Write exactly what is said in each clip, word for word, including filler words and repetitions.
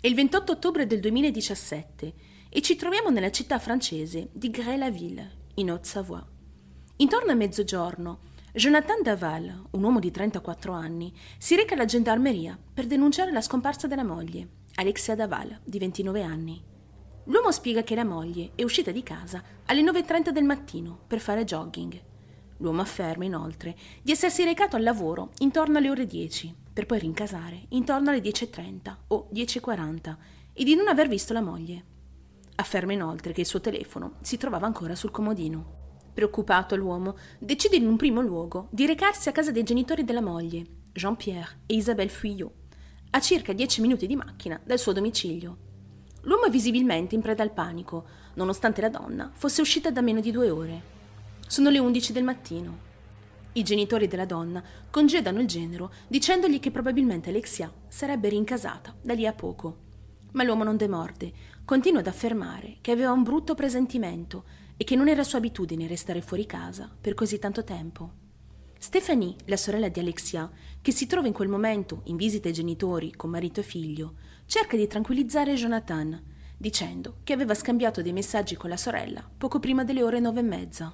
È il ventotto ottobre del duemiladiciassette e ci troviamo nella città francese di Grès-la-Ville, in Haute-Savoie. Intorno a mezzogiorno, Jonathan Daval, un uomo di trentaquattro anni, si reca alla gendarmeria per denunciare la scomparsa della moglie, Alexia Daval, di ventinove anni. L'uomo spiega che la moglie è uscita di casa alle nove e trenta del mattino per fare jogging. L'uomo afferma inoltre di essersi recato al lavoro intorno alle ore dieci, per poi rincasare intorno alle dieci e trenta o dieci e quaranta e di non aver visto la moglie. Afferma inoltre che il suo telefono si trovava ancora sul comodino. Preoccupato, l'uomo decide in un primo luogo di recarsi a casa dei genitori della moglie, Jean-Pierre e Isabelle Fuyot, a circa dieci minuti di macchina dal suo domicilio. L'uomo è visibilmente in preda al panico, nonostante la donna fosse uscita da meno di due ore. Sono le undici del mattino. I genitori della donna congedano il genero dicendogli che probabilmente Alexia sarebbe rincasata da lì a poco. Ma l'uomo non demorde, continua ad affermare che aveva un brutto presentimento e che non era sua abitudine restare fuori casa per così tanto tempo. Stéphanie, la sorella di Alexia, che si trova in quel momento in visita ai genitori con marito e figlio, cerca di tranquillizzare Jonathan, dicendo che aveva scambiato dei messaggi con la sorella poco prima delle ore nove e mezza.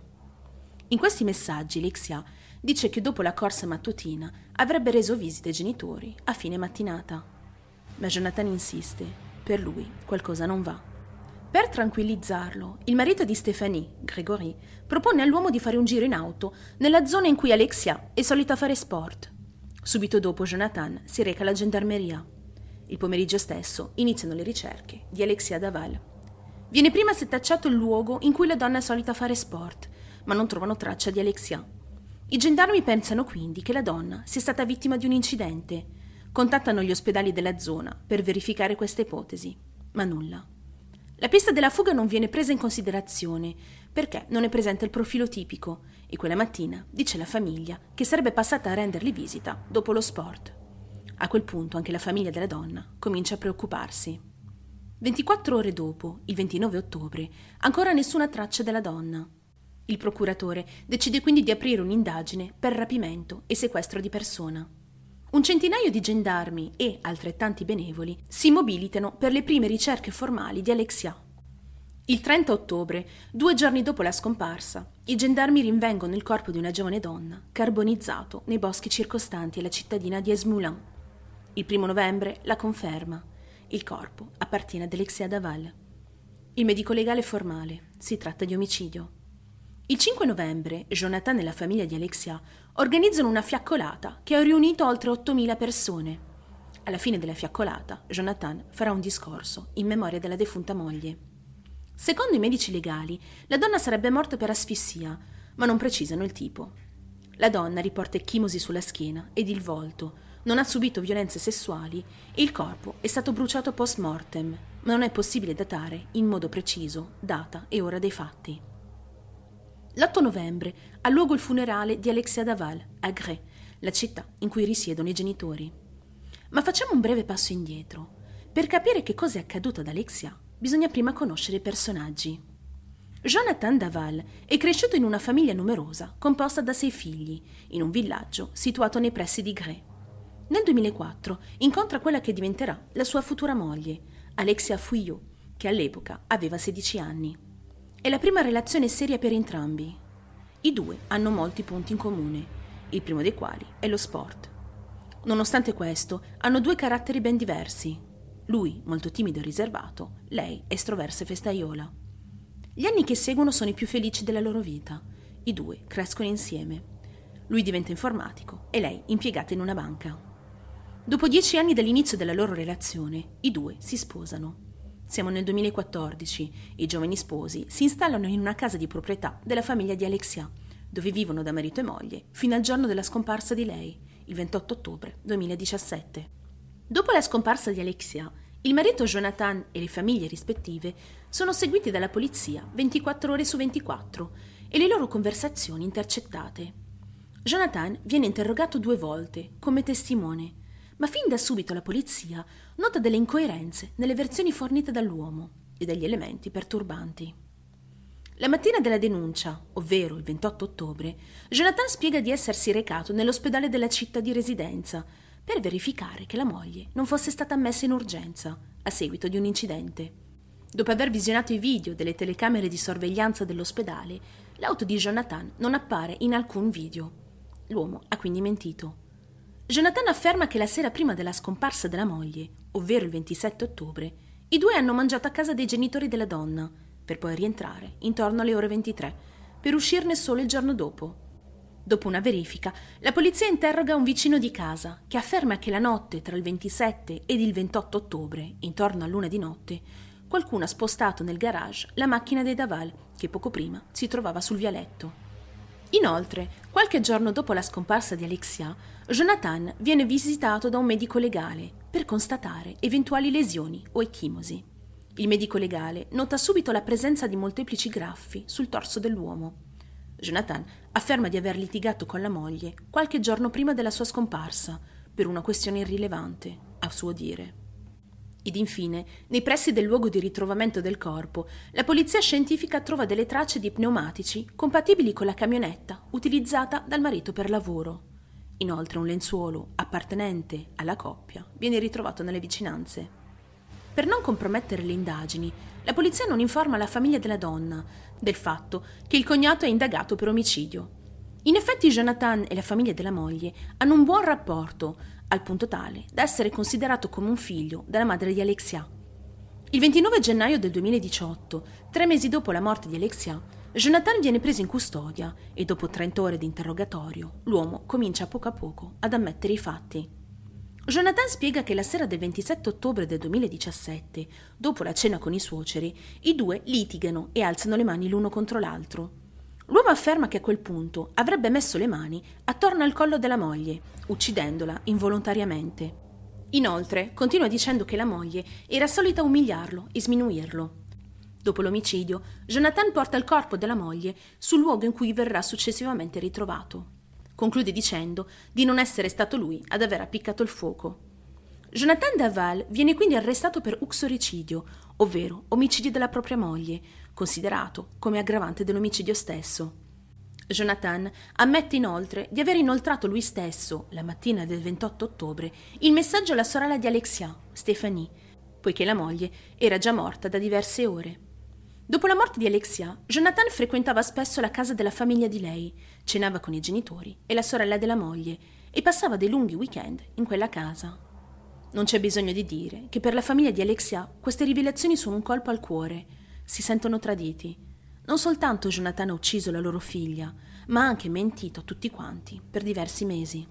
In questi messaggi Alexia dice che dopo la corsa mattutina avrebbe reso visita ai genitori a fine mattinata. Ma Jonathan insiste, per lui qualcosa non va. Per tranquillizzarlo, il marito di Stéphanie, Grégory, propone all'uomo di fare un giro in auto nella zona in cui Alexia è solita fare sport. Subito dopo Jonathan si reca alla gendarmeria. Il pomeriggio stesso iniziano le ricerche di Alexia Daval. Viene prima setacciato il luogo in cui la donna è solita fare sport, ma non trovano traccia di Alexia. I gendarmi pensano quindi che la donna sia stata vittima di un incidente. Contattano gli ospedali della zona per verificare questa ipotesi, ma nulla. La pista della fuga non viene presa in considerazione perché non è presente il profilo tipico e quella mattina dice la famiglia che sarebbe passata a rendergli visita dopo lo sport. A quel punto anche la famiglia della donna comincia a preoccuparsi. ventiquattro ore dopo, il ventinove ottobre, ancora nessuna traccia della donna. Il procuratore decide quindi di aprire un'indagine per rapimento e sequestro di persona. Un centinaio di gendarmi e altrettanti benevoli si mobilitano per le prime ricerche formali di Alexia. Il trenta ottobre, due giorni dopo la scomparsa, i gendarmi rinvengono il corpo di una giovane donna carbonizzato nei boschi circostanti alla cittadina di Es-Moulins. Il primo novembre la conferma. Il corpo appartiene ad Alexia Daval. Il medico legale formale. Si tratta di omicidio. Il cinque novembre, Jonathan e la famiglia di Alexia organizzano una fiaccolata che ha riunito oltre ottomila persone. Alla fine della fiaccolata, Jonathan farà un discorso in memoria della defunta moglie. Secondo i medici legali, la donna sarebbe morta per asfissia, ma non precisano il tipo. La donna riporta ecchimosi sulla schiena ed il volto, non ha subito violenze sessuali e il corpo è stato bruciato post mortem, ma non è possibile datare in modo preciso data e ora dei fatti. L'otto novembre ha luogo il funerale di Alexia Daval a Grès, la città in cui risiedono i genitori. Ma facciamo un breve passo indietro. Per capire che cosa è accaduto ad Alexia, bisogna prima conoscere i personaggi. Jonathan Daval è cresciuto in una famiglia numerosa, composta da sei figli, in un villaggio situato nei pressi di Grès. Nel duemilaquattro incontra quella che diventerà la sua futura moglie, Alexia Fuyot, che all'epoca aveva sedici anni. È la prima relazione seria per entrambi. I due hanno molti punti in comune, il primo dei quali è lo sport. Nonostante questo, hanno due caratteri ben diversi. Lui molto timido e riservato, lei estroversa e festaiola. Gli anni che seguono sono i più felici della loro vita. I due crescono insieme. Lui diventa informatico e lei impiegata in una banca. Dopo dieci anni dall'inizio della loro relazione, i due si sposano. Siamo nel duemilaquattordici, i giovani sposi si installano in una casa di proprietà della famiglia di Alexia, dove vivono da marito e moglie fino al giorno della scomparsa di lei, il ventotto ottobre duemiladiciassette. Dopo la scomparsa di Alexia, il marito Jonathan e le famiglie rispettive sono seguiti dalla polizia ventiquattro ore su ventiquattro e le loro conversazioni intercettate. Jonathan viene interrogato due volte come testimone, ma fin da subito la polizia nota delle incoerenze nelle versioni fornite dall'uomo e degli elementi perturbanti. La mattina della denuncia, ovvero il ventotto ottobre, Jonathan spiega di essersi recato nell'ospedale della città di residenza per verificare che la moglie non fosse stata ammessa in urgenza, a seguito di un incidente. Dopo aver visionato i video delle telecamere di sorveglianza dell'ospedale, l'auto di Jonathan non appare in alcun video. L'uomo ha quindi mentito. Jonathan afferma che la sera prima della scomparsa della moglie, ovvero il ventisette ottobre, i due hanno mangiato a casa dei genitori della donna, per poi rientrare intorno alle ore ventitré, per uscirne solo il giorno dopo. Dopo una verifica, la polizia interroga un vicino di casa che afferma che la notte tra il ventisette ed il ventotto ottobre, intorno all'una di notte, qualcuno ha spostato nel garage la macchina dei Daval che poco prima si trovava sul vialetto. Inoltre, qualche giorno dopo la scomparsa di Alexia, Jonathan viene visitato da un medico legale per constatare eventuali lesioni o ecchimosi. Il medico legale nota subito la presenza di molteplici graffi sul torso dell'uomo. Jonathan afferma di aver litigato con la moglie qualche giorno prima della sua scomparsa per una questione irrilevante, a suo dire. Ed infine, nei pressi del luogo di ritrovamento del corpo, la polizia scientifica trova delle tracce di pneumatici compatibili con la camionetta utilizzata dal marito per lavoro. Inoltre un lenzuolo appartenente alla coppia viene ritrovato nelle vicinanze. Per non compromettere le indagini, la polizia non informa la famiglia della donna del fatto che il cognato è indagato per omicidio. In effetti Jonathan e la famiglia della moglie hanno un buon rapporto, al punto tale da essere considerato come un figlio dalla madre di Alexia. Il ventinove gennaio del duemiladiciotto, tre mesi dopo la morte di Alexia, Jonathan viene preso in custodia e dopo trenta ore di interrogatorio l'uomo comincia poco a poco ad ammettere i fatti. Jonathan spiega che la sera del ventisette ottobre del duemiladiciassette, dopo la cena con i suoceri, i due litigano e alzano le mani l'uno contro l'altro. L'uomo afferma che a quel punto avrebbe messo le mani attorno al collo della moglie, uccidendola involontariamente. Inoltre, continua dicendo che la moglie era solita umiliarlo e sminuirlo. Dopo l'omicidio, Jonathan porta il corpo della moglie sul luogo in cui verrà successivamente ritrovato. Conclude dicendo di non essere stato lui ad aver appiccato il fuoco. Jonathan Daval viene quindi arrestato per uxoricidio, ovvero omicidio della propria moglie, considerato come aggravante dell'omicidio stesso. Jonathan ammette inoltre di aver inoltrato lui stesso, la mattina del ventotto ottobre, il messaggio alla sorella di Alexia, Stéphanie, poiché la moglie era già morta da diverse ore. Dopo la morte di Alexia, Jonathan frequentava spesso la casa della famiglia di lei, cenava con i genitori e la sorella della moglie e passava dei lunghi weekend in quella casa. Non c'è bisogno di dire che per la famiglia di Alexia queste rivelazioni sono un colpo al cuore, si sentono traditi. Non soltanto Jonathan ha ucciso la loro figlia, ma ha anche mentito a tutti quanti per diversi mesi.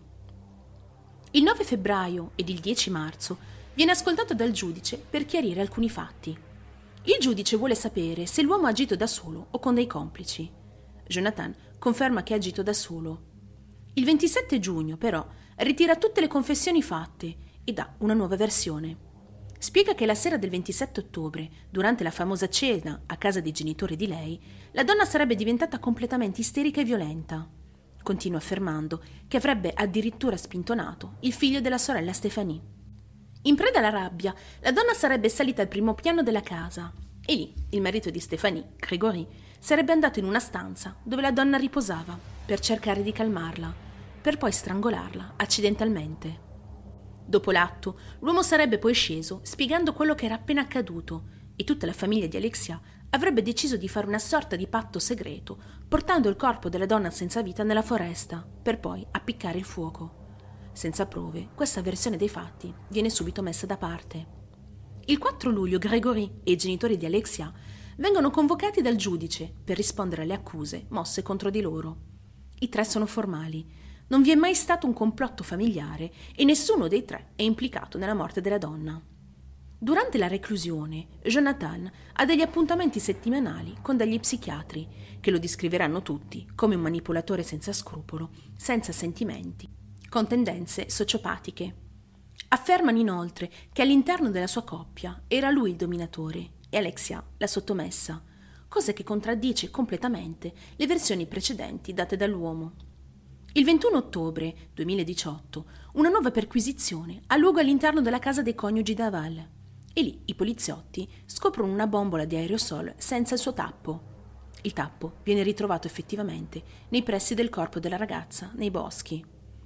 Il nove febbraio ed il dieci marzo viene ascoltato dal giudice per chiarire alcuni fatti. Il giudice vuole sapere se l'uomo ha agito da solo o con dei complici. Jonathan conferma che ha agito da solo. Il ventisette giugno, però, ritira tutte le confessioni fatte e dà una nuova versione. Spiega che la sera del ventisette ottobre, durante la famosa cena a casa dei genitori di lei, la donna sarebbe diventata completamente isterica e violenta. Continua affermando che avrebbe addirittura spintonato il figlio della sorella Stéphanie. In preda alla rabbia, la donna sarebbe salita al primo piano della casa e lì il marito di Stéphanie, Grégory, sarebbe andato in una stanza dove la donna riposava per cercare di calmarla, per poi strangolarla accidentalmente. Dopo l'atto, l'uomo sarebbe poi sceso spiegando quello che era appena accaduto e tutta la famiglia di Alexia avrebbe deciso di fare una sorta di patto segreto, portando il corpo della donna senza vita nella foresta per poi appiccare il fuoco. Senza prove, questa versione dei fatti viene subito messa da parte. Il quattro luglio Grégory e i genitori di Alexia vengono convocati dal giudice per rispondere alle accuse mosse contro di loro. I tre sono formali. Non vi è mai stato un complotto familiare e nessuno dei tre è implicato nella morte della donna. Durante la reclusione, Jonathan ha degli appuntamenti settimanali con degli psichiatri che lo descriveranno tutti come un manipolatore senza scrupolo, senza sentimenti, con tendenze sociopatiche. Affermano inoltre che all'interno della sua coppia era lui il dominatore e Alexia la sottomessa, cosa che contraddice completamente le versioni precedenti date dall'uomo. Il ventuno ottobre duemiladiciotto una nuova perquisizione ha luogo all'interno della casa dei coniugi Daval e lì i poliziotti scoprono una bombola di aerosol senza il suo tappo. Il tappo viene ritrovato effettivamente nei pressi del corpo della ragazza nei boschi.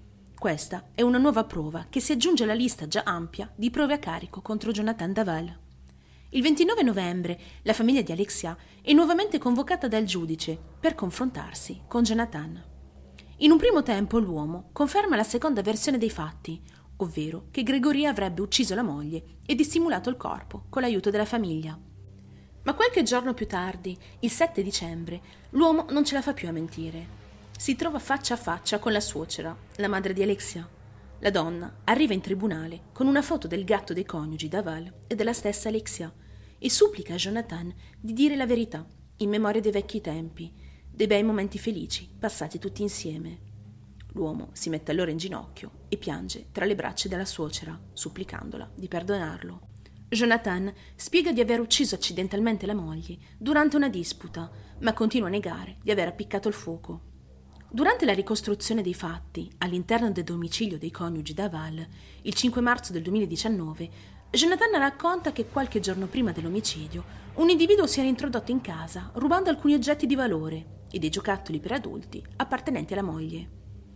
Questa è una nuova prova che si aggiunge alla lista già ampia di prove a carico contro Jonathan Daval. Il ventinove novembre la famiglia di Alexia è nuovamente convocata dal giudice per confrontarsi con Jonathan. In un primo tempo l'uomo conferma la seconda versione dei fatti, ovvero che Gregory avrebbe ucciso la moglie e dissimulato il corpo con l'aiuto della famiglia. Ma qualche giorno più tardi, il sette dicembre, l'uomo non ce la fa più a mentire. Si trova faccia a faccia con la suocera, la madre di Alexia. La donna arriva in tribunale con una foto del gatto dei coniugi Daval e della stessa Alexia e supplica a Jonathan di dire la verità in memoria dei vecchi tempi, dei bei momenti felici passati tutti insieme. L'uomo si mette allora in ginocchio e piange tra le braccia della suocera, supplicandola di perdonarlo. Jonathan spiega di aver ucciso accidentalmente la moglie durante una disputa, ma continua a negare di aver appiccato il fuoco. Durante la ricostruzione dei fatti all'interno del domicilio dei coniugi Daval, il cinque marzo del duemiladiciannove, Jonathan racconta che qualche giorno prima dell'omicidio un individuo si era introdotto in casa rubando alcuni oggetti di valore e dei giocattoli per adulti appartenenti alla moglie.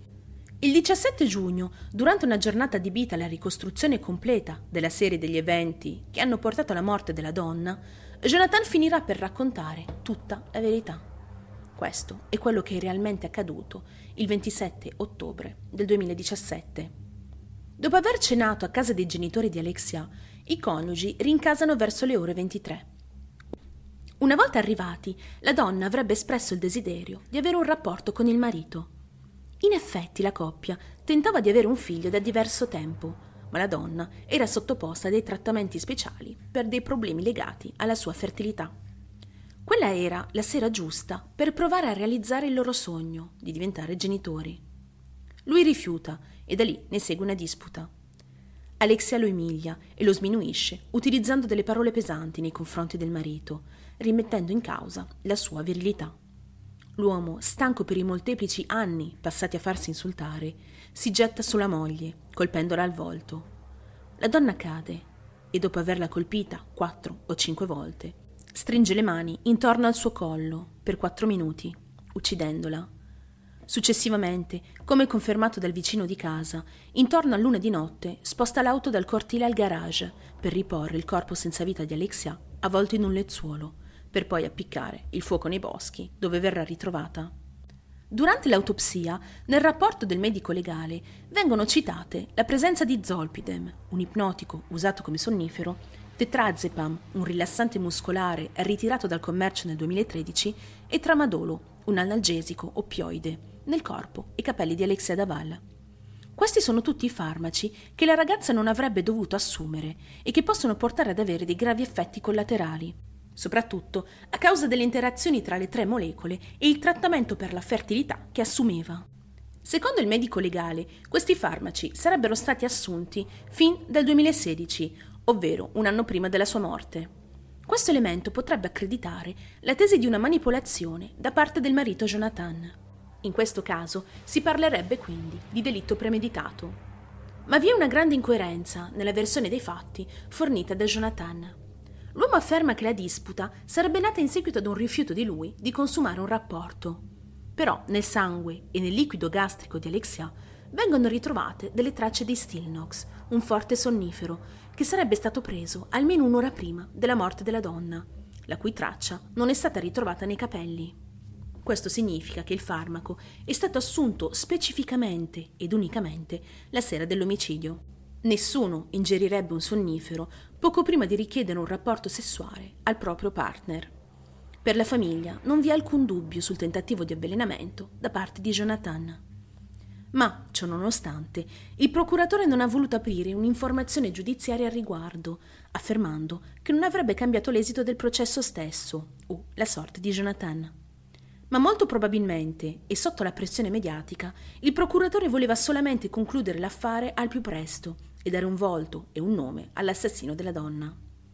Il diciassette giugno, durante una giornata adibita alla ricostruzione completa della serie degli eventi che hanno portato alla morte della donna, Jonathan finirà per raccontare tutta la verità. Questo è quello che è realmente accaduto il ventisette ottobre del duemiladiciassette. Dopo aver cenato a casa dei genitori di Alexia, i coniugi rincasano verso le ore ventitré. Una volta arrivati, la donna avrebbe espresso il desiderio di avere un rapporto con il marito. In effetti la coppia tentava di avere un figlio da diverso tempo, ma la donna era sottoposta a dei trattamenti speciali per dei problemi legati alla sua fertilità. Quella era la sera giusta per provare a realizzare il loro sogno di diventare genitori. Lui rifiuta e da lì ne segue una disputa. Alexia lo umilia e lo sminuisce utilizzando delle parole pesanti nei confronti del marito, rimettendo in causa la sua virilità. L'uomo, stanco per i molteplici anni passati a farsi insultare, si getta sulla moglie, colpendola al volto. La donna cade e dopo averla colpita quattro o cinque volte, stringe le mani intorno al suo collo per quattro minuti, uccidendola. Successivamente, come confermato dal vicino di casa, intorno all'una di notte sposta l'auto dal cortile al garage per riporre il corpo senza vita di Alexia avvolto in un lenzuolo, per poi appiccare il fuoco nei boschi dove verrà ritrovata. Durante l'autopsia, nel rapporto del medico legale, vengono citate la presenza di zolpidem, un ipnotico usato come sonnifero, tetrazepam, un rilassante muscolare ritirato dal commercio nel duemilatredici, e tramadolo, un analgesico oppioide, nel corpo e capelli di Alexia Daval. Questi sono tutti i farmaci che la ragazza non avrebbe dovuto assumere e che possono portare ad avere dei gravi effetti collaterali, soprattutto a causa delle interazioni tra le tre molecole e il trattamento per la fertilità che assumeva. Secondo il medico legale, questi farmaci sarebbero stati assunti fin dal duemilasedici, ovvero un anno prima della sua morte. Questo elemento potrebbe accreditare la tesi di una manipolazione da parte del marito Jonathan. In questo caso si parlerebbe quindi di delitto premeditato. Ma vi è una grande incoerenza nella versione dei fatti fornita da Jonathan. L'uomo afferma che la disputa sarebbe nata in seguito ad un rifiuto di lui di consumare un rapporto. Però nel sangue e nel liquido gastrico di Alexia vengono ritrovate delle tracce di Stilnox, un forte sonnifero, che sarebbe stato preso almeno un'ora prima della morte della donna, la cui traccia non è stata ritrovata nei capelli. Questo significa che il farmaco è stato assunto specificamente ed unicamente la sera dell'omicidio. Nessuno ingerirebbe un sonnifero poco prima di richiedere un rapporto sessuale al proprio partner. Per la famiglia non vi è alcun dubbio sul tentativo di avvelenamento da parte di Jonathan. Ma, ciò nonostante, il procuratore non ha voluto aprire un'informazione giudiziaria al riguardo, affermando che non avrebbe cambiato l'esito del processo stesso o la sorte di Jonathan. Ma molto probabilmente, e sotto la pressione mediatica, il procuratore voleva solamente concludere l'affare al più presto e dare un volto e un nome all'assassino della donna.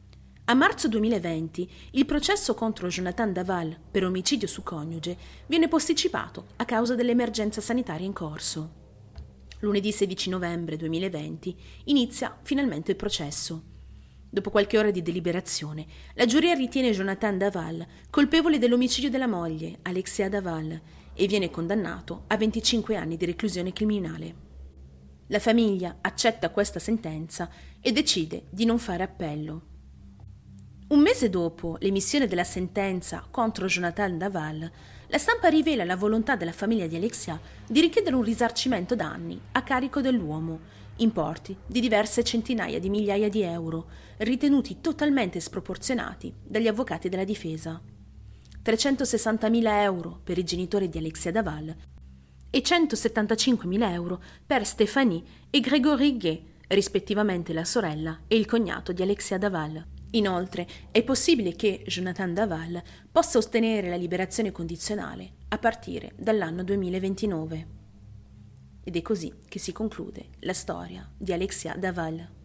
A marzo duemilaventi il processo contro Jonathan Daval per omicidio su coniuge viene posticipato a causa dell'emergenza sanitaria in corso. Lunedì sedici novembre duemilaventi inizia finalmente il processo. Dopo qualche ora di deliberazione, la giuria ritiene Jonathan Daval colpevole dell'omicidio della moglie, Alexia Daval, e viene condannato a venticinque anni di reclusione criminale. La famiglia accetta questa sentenza e decide di non fare appello. Un mese dopo l'emissione della sentenza contro Jonathan Daval, la stampa rivela la volontà della famiglia di Alexia di richiedere un risarcimento danni a carico dell'uomo, importi di diverse centinaia di migliaia di euro, ritenuti totalmente sproporzionati dagli avvocati della difesa. trecentosessantamila euro per i genitori di Alexia Daval e centosettantacinquemila euro per Stéphanie e Grégory Guay, rispettivamente la sorella e il cognato di Alexia Daval. Inoltre, è possibile che Jonathan Daval possa ottenere la liberazione condizionale a partire dall'anno duemilaventinove. Ed è così che si conclude la storia di Alexia Daval.